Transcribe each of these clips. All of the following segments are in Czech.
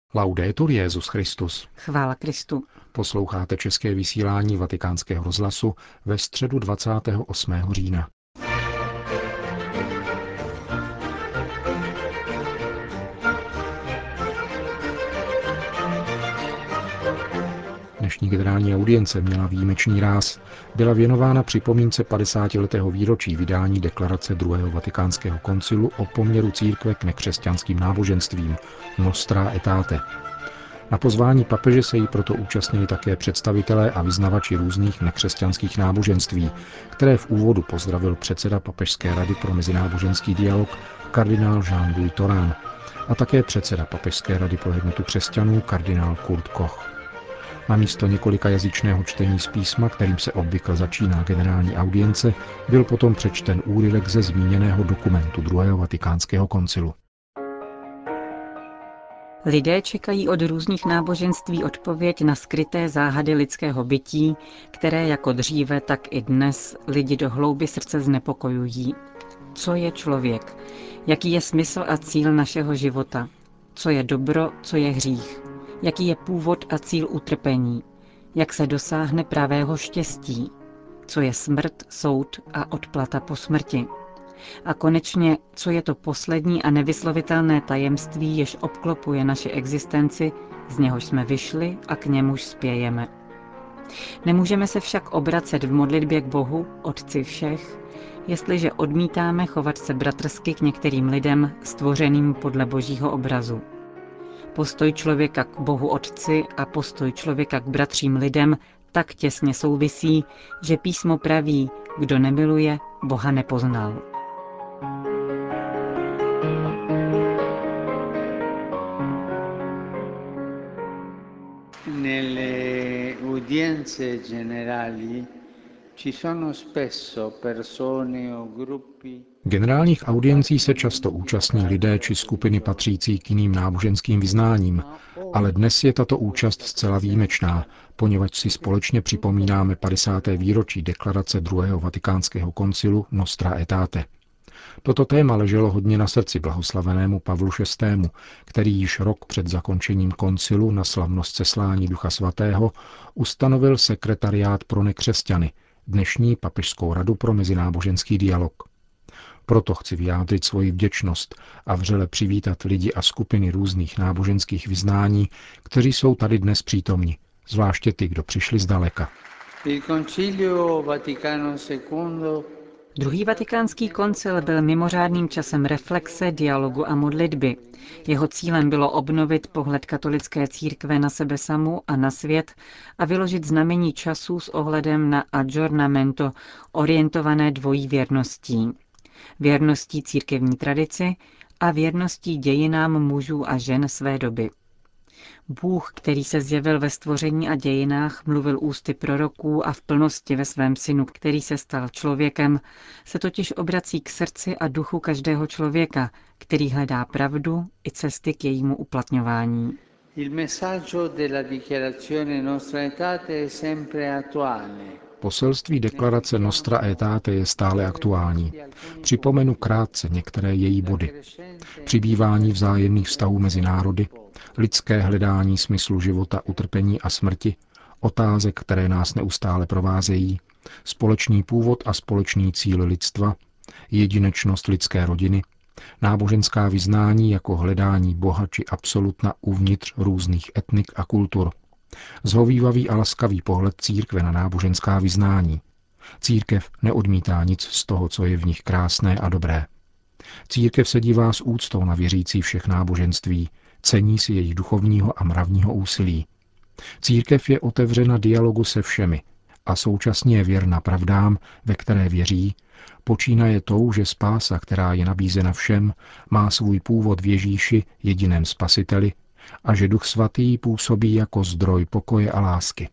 Laudetur Jesus Christus. Chvála Kristu. Posloucháte české vysílání Vatikánského rozhlasu ve středu 28. října. Dnešní generální audience měla výjimečný ráz. Byla věnována připomínce 50letého výročí vydání deklarace druhého vatikánského koncilu o poměru církve k nekřesťanským náboženstvím Nostra Aetate. Na pozvání papeže se jí proto účastnili také představitelé a vyznavači různých nekřesťanských náboženství, které v úvodu pozdravil předseda Papežské rady pro mezináboženský dialog kardinál Jean-Louis Tauran a také předseda Papežské rady pro jednotu křesťanů kardinál Kurt Koch. Namísto několikajazyčného čtení z písma, kterým se obvykle začíná generální audience, byl potom přečten úryvek ze zmíněného dokumentu druhého vatikánského koncilu. Lidé čekají od různých náboženství odpověď na skryté záhady lidského bytí, které jako dříve, tak i dnes lidi do hloubi srdce znepokojují. Co je člověk? Jaký je smysl a cíl našeho života? Co je dobro, co je hřích? Jaký je původ a cíl utrpení? Jak se dosáhne pravého štěstí? Co je smrt, soud a odplata po smrti? A konečně, co je to poslední a nevyslovitelné tajemství, jež obklopuje naši existenci, z něhož jsme vyšli a k němuž spějeme. Nemůžeme se však obracet v modlitbě k Bohu, Otci všech, jestliže odmítáme chovat se bratrsky k některým lidem stvořeným podle Božího obrazu. Postoj člověka k Bohu Otci a postoj člověka k bratřím lidem tak těsně souvisí, že písmo praví, kdo nemiluje, Boha nepoznal. Nelle udienze generali ci sono spesso persone o gruppi. Generálních audiencí se často účastní lidé či skupiny patřící k jiným náboženským vyznáním, ale dnes je tato účast zcela výjimečná, poněvadž si společně připomínáme 50. výročí deklarace druhého vatikánského koncilu Nostra Aetate. Toto téma leželo hodně na srdci blahoslavenému Pavlu VI., který již rok před zakončením koncilu na slavnost seslání Ducha Svatého ustanovil sekretariát pro nekřesťany, dnešní Papežskou radu pro mezináboženský dialog. Proto chci vyjádřit svoji vděčnost a vřele přivítat lidi a skupiny různých náboženských vyznání, kteří jsou tady dnes přítomni, zvláště ty, kdo přišli zdaleka. Druhý vatikánský koncil byl mimořádným časem reflexe, dialogu a modlitby. Jeho cílem bylo obnovit pohled katolické církve na sebe samu a na svět a vyložit znamení časů s ohledem na aggiornamento orientované dvojí věrností. Věrností církevní tradici a věrností dějinám mužů a žen své doby. Bůh, který se zjevil ve stvoření a dějinách, mluvil ústy proroků a v plnosti ve svém synu, který se stal člověkem, se totiž obrací k srdci a duchu každého člověka, který hledá pravdu i cesty k jejímu uplatňování. Il messaggio della dichiarazione Nostra Aetate è sempre attuale. Poselství deklarace Nostra Aetate je stále aktuální. Připomenu krátce některé její body. Přibývání vzájemných vztahů mezi národy, lidské hledání smyslu života, utrpení a smrti, otázek, které nás neustále provázejí, společný původ a společný cíl lidstva, jedinečnost lidské rodiny, náboženská vyznání jako hledání Boha či absolutna uvnitř různých etnik a kultur, zhovívavý a laskavý pohled církve na náboženská vyznání. Církev neodmítá nic z toho, co je v nich krásné a dobré. Církev se dívá s úctou na věřící všech náboženství, cení si jejich duchovního a mravního úsilí. Církev je otevřena dialogu se všemi a současně je věrna pravdám, ve které věří, počínaje tou, že spása, která je nabízena všem, má svůj původ v Ježíši, jediném spasiteli, a že Duch Svatý působí jako zdroj pokoje a lásky.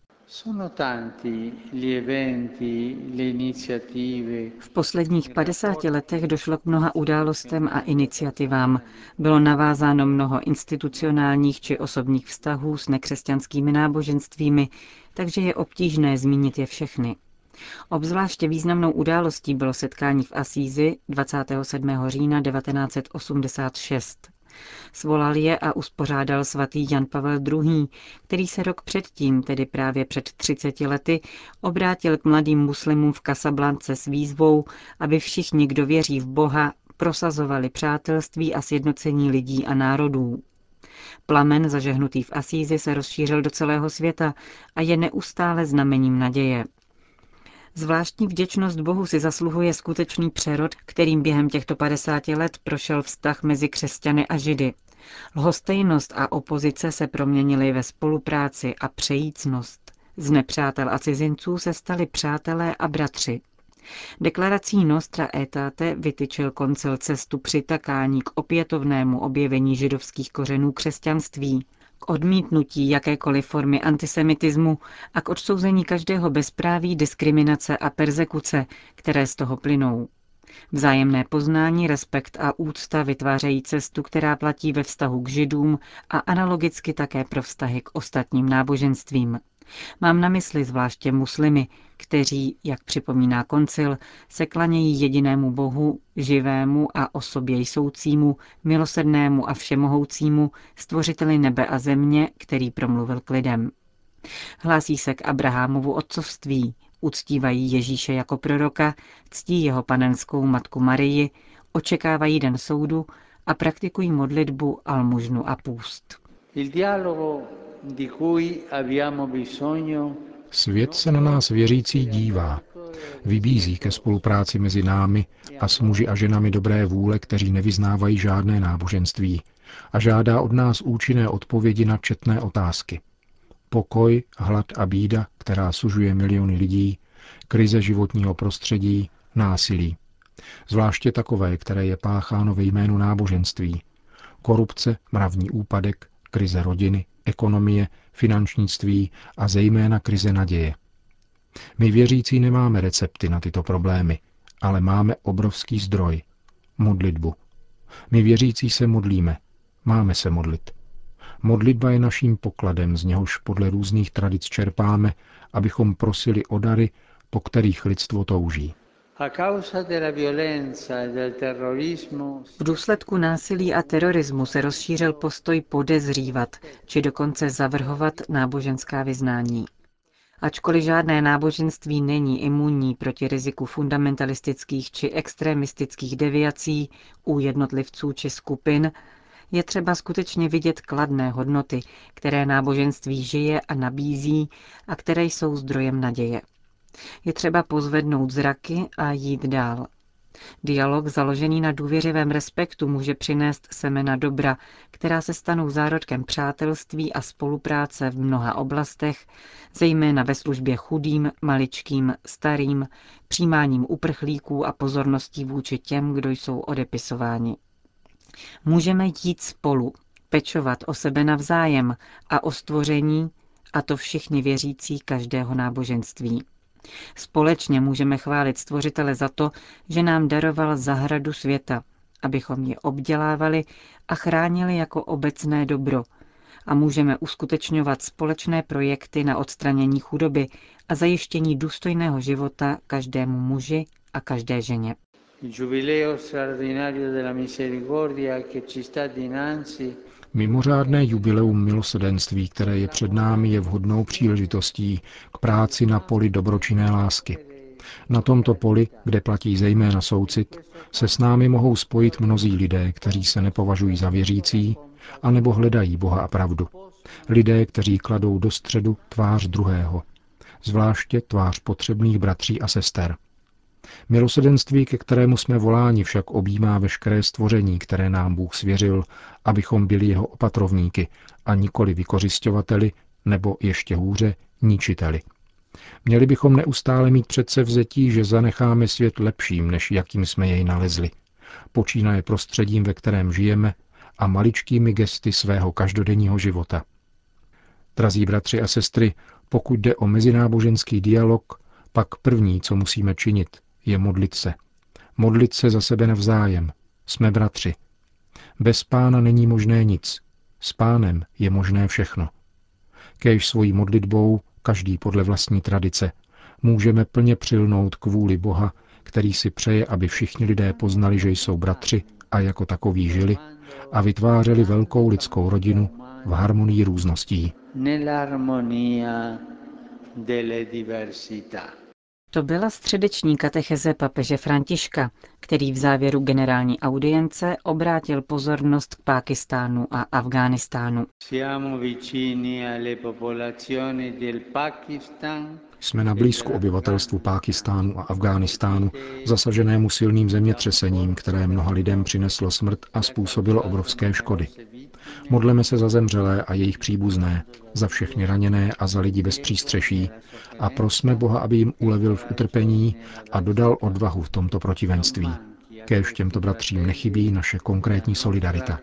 V posledních 50 letech došlo k mnoha událostem a iniciativám. Bylo navázáno mnoho institucionálních či osobních vztahů s nekřesťanskými náboženstvími, takže je obtížné zmínit je všechny. Obzvláště významnou událostí bylo setkání v Asízi 27. října 1986. Svolal je a uspořádal svatý Jan Pavel II., který se rok předtím, tedy právě před 30 lety, obrátil k mladým muslimům v Kasablance s výzvou, aby všichni, kdo věří v Boha, prosazovali přátelství a sjednocení lidí a národů. Plamen zažehnutý v Asízi se rozšířil do celého světa a je neustále znamením naděje. Zvláštní vděčnost Bohu si zasluhuje skutečný přerod, kterým během těchto 50 let prošel vztah mezi křesťany a Židy. Lhostejnost a opozice se proměnily ve spolupráci a přejícnost. Z nepřátel a cizinců se stali přátelé a bratři. Deklarací Nostra Aetate vytyčil koncil cestu přitakání k opětovnému objevení židovských kořenů křesťanství, k odmítnutí jakékoliv formy antisemitismu a k odsouzení každého bezpráví, diskriminace a perzekuce, které z toho plynou. Vzájemné poznání, respekt a úcta vytvářejí cestu, která platí ve vztahu k Židům a analogicky také pro vztahy k ostatním náboženstvím. Mám na mysli zvláště muslimy, kteří, jak připomíná koncil, se klanějí jedinému Bohu, živému a o sobě jsoucímu, milosrdnému a všemohoucímu, stvořiteli nebe a země, který promluvil k lidem. Hlásí se k Abrahamovu otcovství, uctívají Ježíše jako proroka, ctí jeho panenskou matku Marii, očekávají den soudu a praktikují modlitbu, almužnu a půst. Svět se na nás věřící dívá. Vybízí ke spolupráci mezi námi a s muži a ženami dobré vůle, kteří nevyznávají žádné náboženství, a žádá od nás účinné odpovědi na četné otázky. Pokoj, hlad a bída, která sužuje miliony lidí, krize životního prostředí, násilí. Zvláště takové, které je pácháno ve jménu náboženství. Korupce, mravní úpadek, krize rodiny, ekonomie, finančnictví a zejména krize naděje. My věřící nemáme recepty na tyto problémy, ale máme obrovský zdroj – modlitbu. My věřící se modlíme, máme se modlit. Modlitba je naším pokladem, z něhož podle různých tradic čerpáme, abychom prosili o dary, po kterých lidstvo touží. V důsledku násilí a terorismu se rozšířil postoj podezřívat, či dokonce zavrhovat náboženská vyznání. Ačkoliv žádné náboženství není imunní proti riziku fundamentalistických či extremistických deviací u jednotlivců či skupin, je třeba skutečně vidět kladné hodnoty, které náboženství žije a nabízí a které jsou zdrojem naděje. Je třeba pozvednout zraky a jít dál. Dialog založený na důvěřivém respektu může přinést semena dobra, která se stanou zárodkem přátelství a spolupráce v mnoha oblastech, zejména ve službě chudým, maličkým, starým, přijímáním uprchlíků a pozorností vůči těm, kdo jsou odepisováni. Můžeme jít spolu, pečovat o sebe navzájem a o stvoření, a to všichni věřící každého náboženství. Společně můžeme chválit Stvořitele za to, že nám daroval zahradu světa, abychom ji obdělávali a chránili jako obecné dobro, a můžeme uskutečňovat společné projekty na odstranění chudoby a zajištění důstojného života každému muži a každé ženě. Mimořádné jubileum milosrdenství, které je před námi, je vhodnou příležitostí k práci na poli dobročinné lásky. Na tomto poli, kde platí zejména soucit, se s námi mohou spojit mnozí lidé, kteří se nepovažují za věřící, anebo hledají Boha a pravdu. Lidé, kteří kladou do středu tvář druhého, zvláště tvář potřebných bratří a sester. Milosrdenství, ke kterému jsme voláni, však objímá veškeré stvoření, které nám Bůh svěřil, abychom byli jeho opatrovníky a nikoli vykořisťovateli, nebo ještě hůře, ničiteli. Měli bychom neustále mít předsevzetí, že zanecháme svět lepším, než jakým jsme jej nalezli. Počínaje prostředím, ve kterém žijeme, a maličkými gesty svého každodenního života. Drazí bratři a sestry, pokud jde o mezináboženský dialog, pak první, co musíme činit, je modlit se. Modlit se za sebe navzájem. Jsme bratři. Bez Pána není možné nic. S Pánem je možné všechno. Kéž svojí modlitbou, každý podle vlastní tradice, můžeme plně přilnout k vůli Boha, který si přeje, aby všichni lidé poznali, že jsou bratři a jako takoví žili, a vytvářeli velkou lidskou rodinu v harmonii růzností. To byla středeční katecheze papeže Františka, který v závěru generální audience obrátil pozornost k Pákistánu a Afghánistánu. Jsme na blízku obyvatelstvu Pákistánu a Afghánistánu, zasaženému silným zemětřesením, které mnoha lidem přineslo smrt a způsobilo obrovské škody. Modleme se za zemřelé a jejich příbuzné, za všechny raněné a za lidi bez přístřeší a prosme Boha, aby jim ulevil v utrpení a dodal odvahu v tomto protivenství. Kéž těmto bratřím nechybí naše konkrétní solidarita.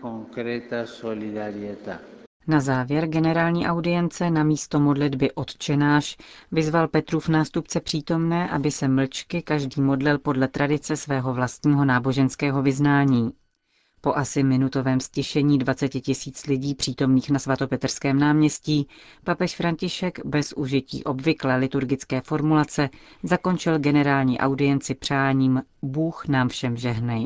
Na závěr generální audience na místo modlitby Otčenáš vyzval Petrův nástupce přítomné, aby se mlčky každý modlil podle tradice svého vlastního náboženského vyznání. Po asi minutovém stišení 20 000 lidí přítomných na svatopetrském náměstí papež František bez užití obvyklé liturgické formulace zakončil generální audienci přáním Bůh nám všem žehnej.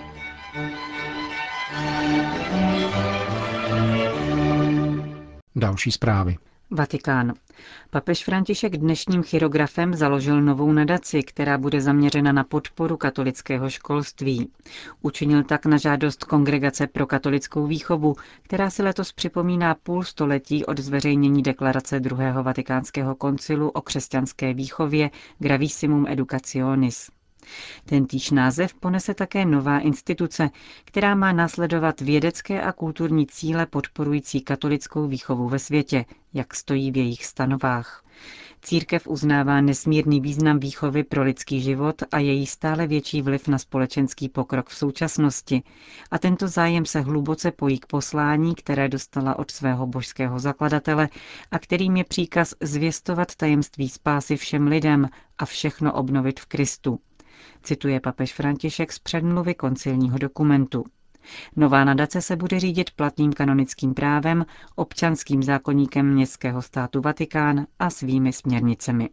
Další zprávy. Vatikán. Papež František dnešním chirografem založil novou nadaci, která bude zaměřena na podporu katolického školství. Učinil tak na žádost Kongregace pro katolickou výchovu, která si letos připomíná půl století od zveřejnění deklarace druhého vatikánského koncilu o křesťanské výchově Gravissimum Educationis. Tentýž název ponese také nová instituce, která má následovat vědecké a kulturní cíle podporující katolickou výchovu ve světě, jak stojí v jejich stanovách. Církev uznává nesmírný význam výchovy pro lidský život a její stále větší vliv na společenský pokrok v současnosti. A tento zájem se hluboce pojí k poslání, které dostala od svého božského zakladatele a kterým je příkaz zvěstovat tajemství spásy všem lidem a všechno obnovit v Kristu. Cituje papež František z předmluvy koncilního dokumentu. Nová nadace se bude řídit platným kanonickým právem, občanským zákoníkem městského státu Vatikán a svými směrnicemi.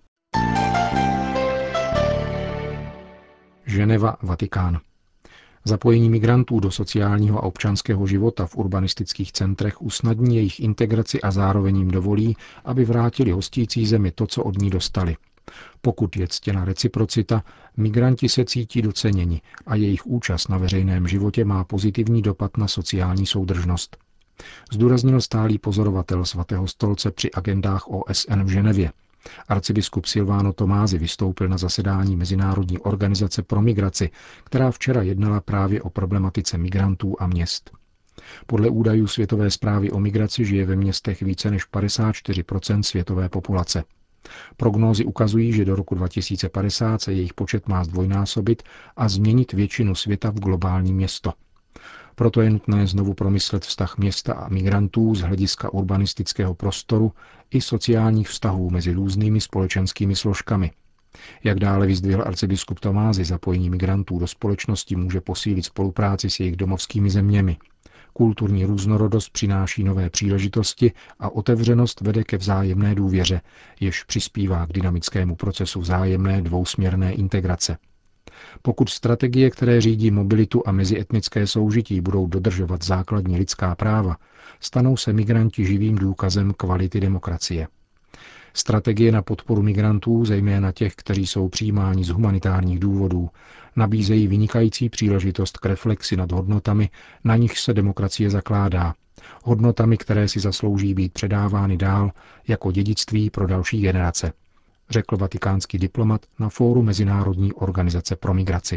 Ženeva, Vatikán. Zapojení migrantů do sociálního a občanského života v urbanistických centrech usnadní jejich integraci a zároveň jim dovolí, aby vrátili hostící zemi to, co od ní dostali. Pokud je ctěna reciprocita, migranti se cítí doceněni a jejich účast na veřejném životě má pozitivní dopad na sociální soudržnost. Zdůraznil stálý pozorovatel Svatého stolce při agendách OSN v Ženevě. Arcibiskup Silvano Tomázy vystoupil na zasedání Mezinárodní organizace pro migraci, která včera jednala právě o problematice migrantů a měst. Podle údajů Světové zprávy o migraci žije ve městech více než 54% světové populace. Prognózy ukazují, že do roku 2050 se jejich počet má zdvojnásobit a změnit většinu světa v globální město. Proto je nutné znovu promyslet vztah města a migrantů z hlediska urbanistického prostoru i sociálních vztahů mezi různými společenskými složkami. Jak dále vyzdvihl arcibiskup Tomázy, zapojení migrantů do společnosti může posílit spolupráci s jejich domovskými zeměmi. Kulturní různorodost přináší nové příležitosti a otevřenost vede ke vzájemné důvěře, jež přispívá k dynamickému procesu vzájemné dvousměrné integrace. Pokud strategie, které řídí mobilitu a mezietnické soužití, budou dodržovat základní lidská práva, stanou se migranti živým důkazem kvality demokracie. Strategie na podporu migrantů, zejména těch, kteří jsou přijímáni z humanitárních důvodů, nabízejí vynikající příležitost k reflexi nad hodnotami, na nichž se demokracie zakládá. Hodnotami, které si zaslouží být předávány dál jako dědictví pro další generace, řekl vatikánský diplomat na fóru Mezinárodní organizace pro migraci.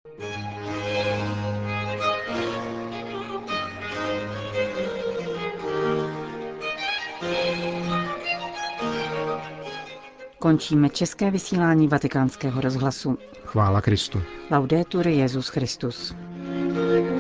Končíme české vysílání Vatikánského rozhlasu. Chvála Kristu. Laudetur Jesus Christus.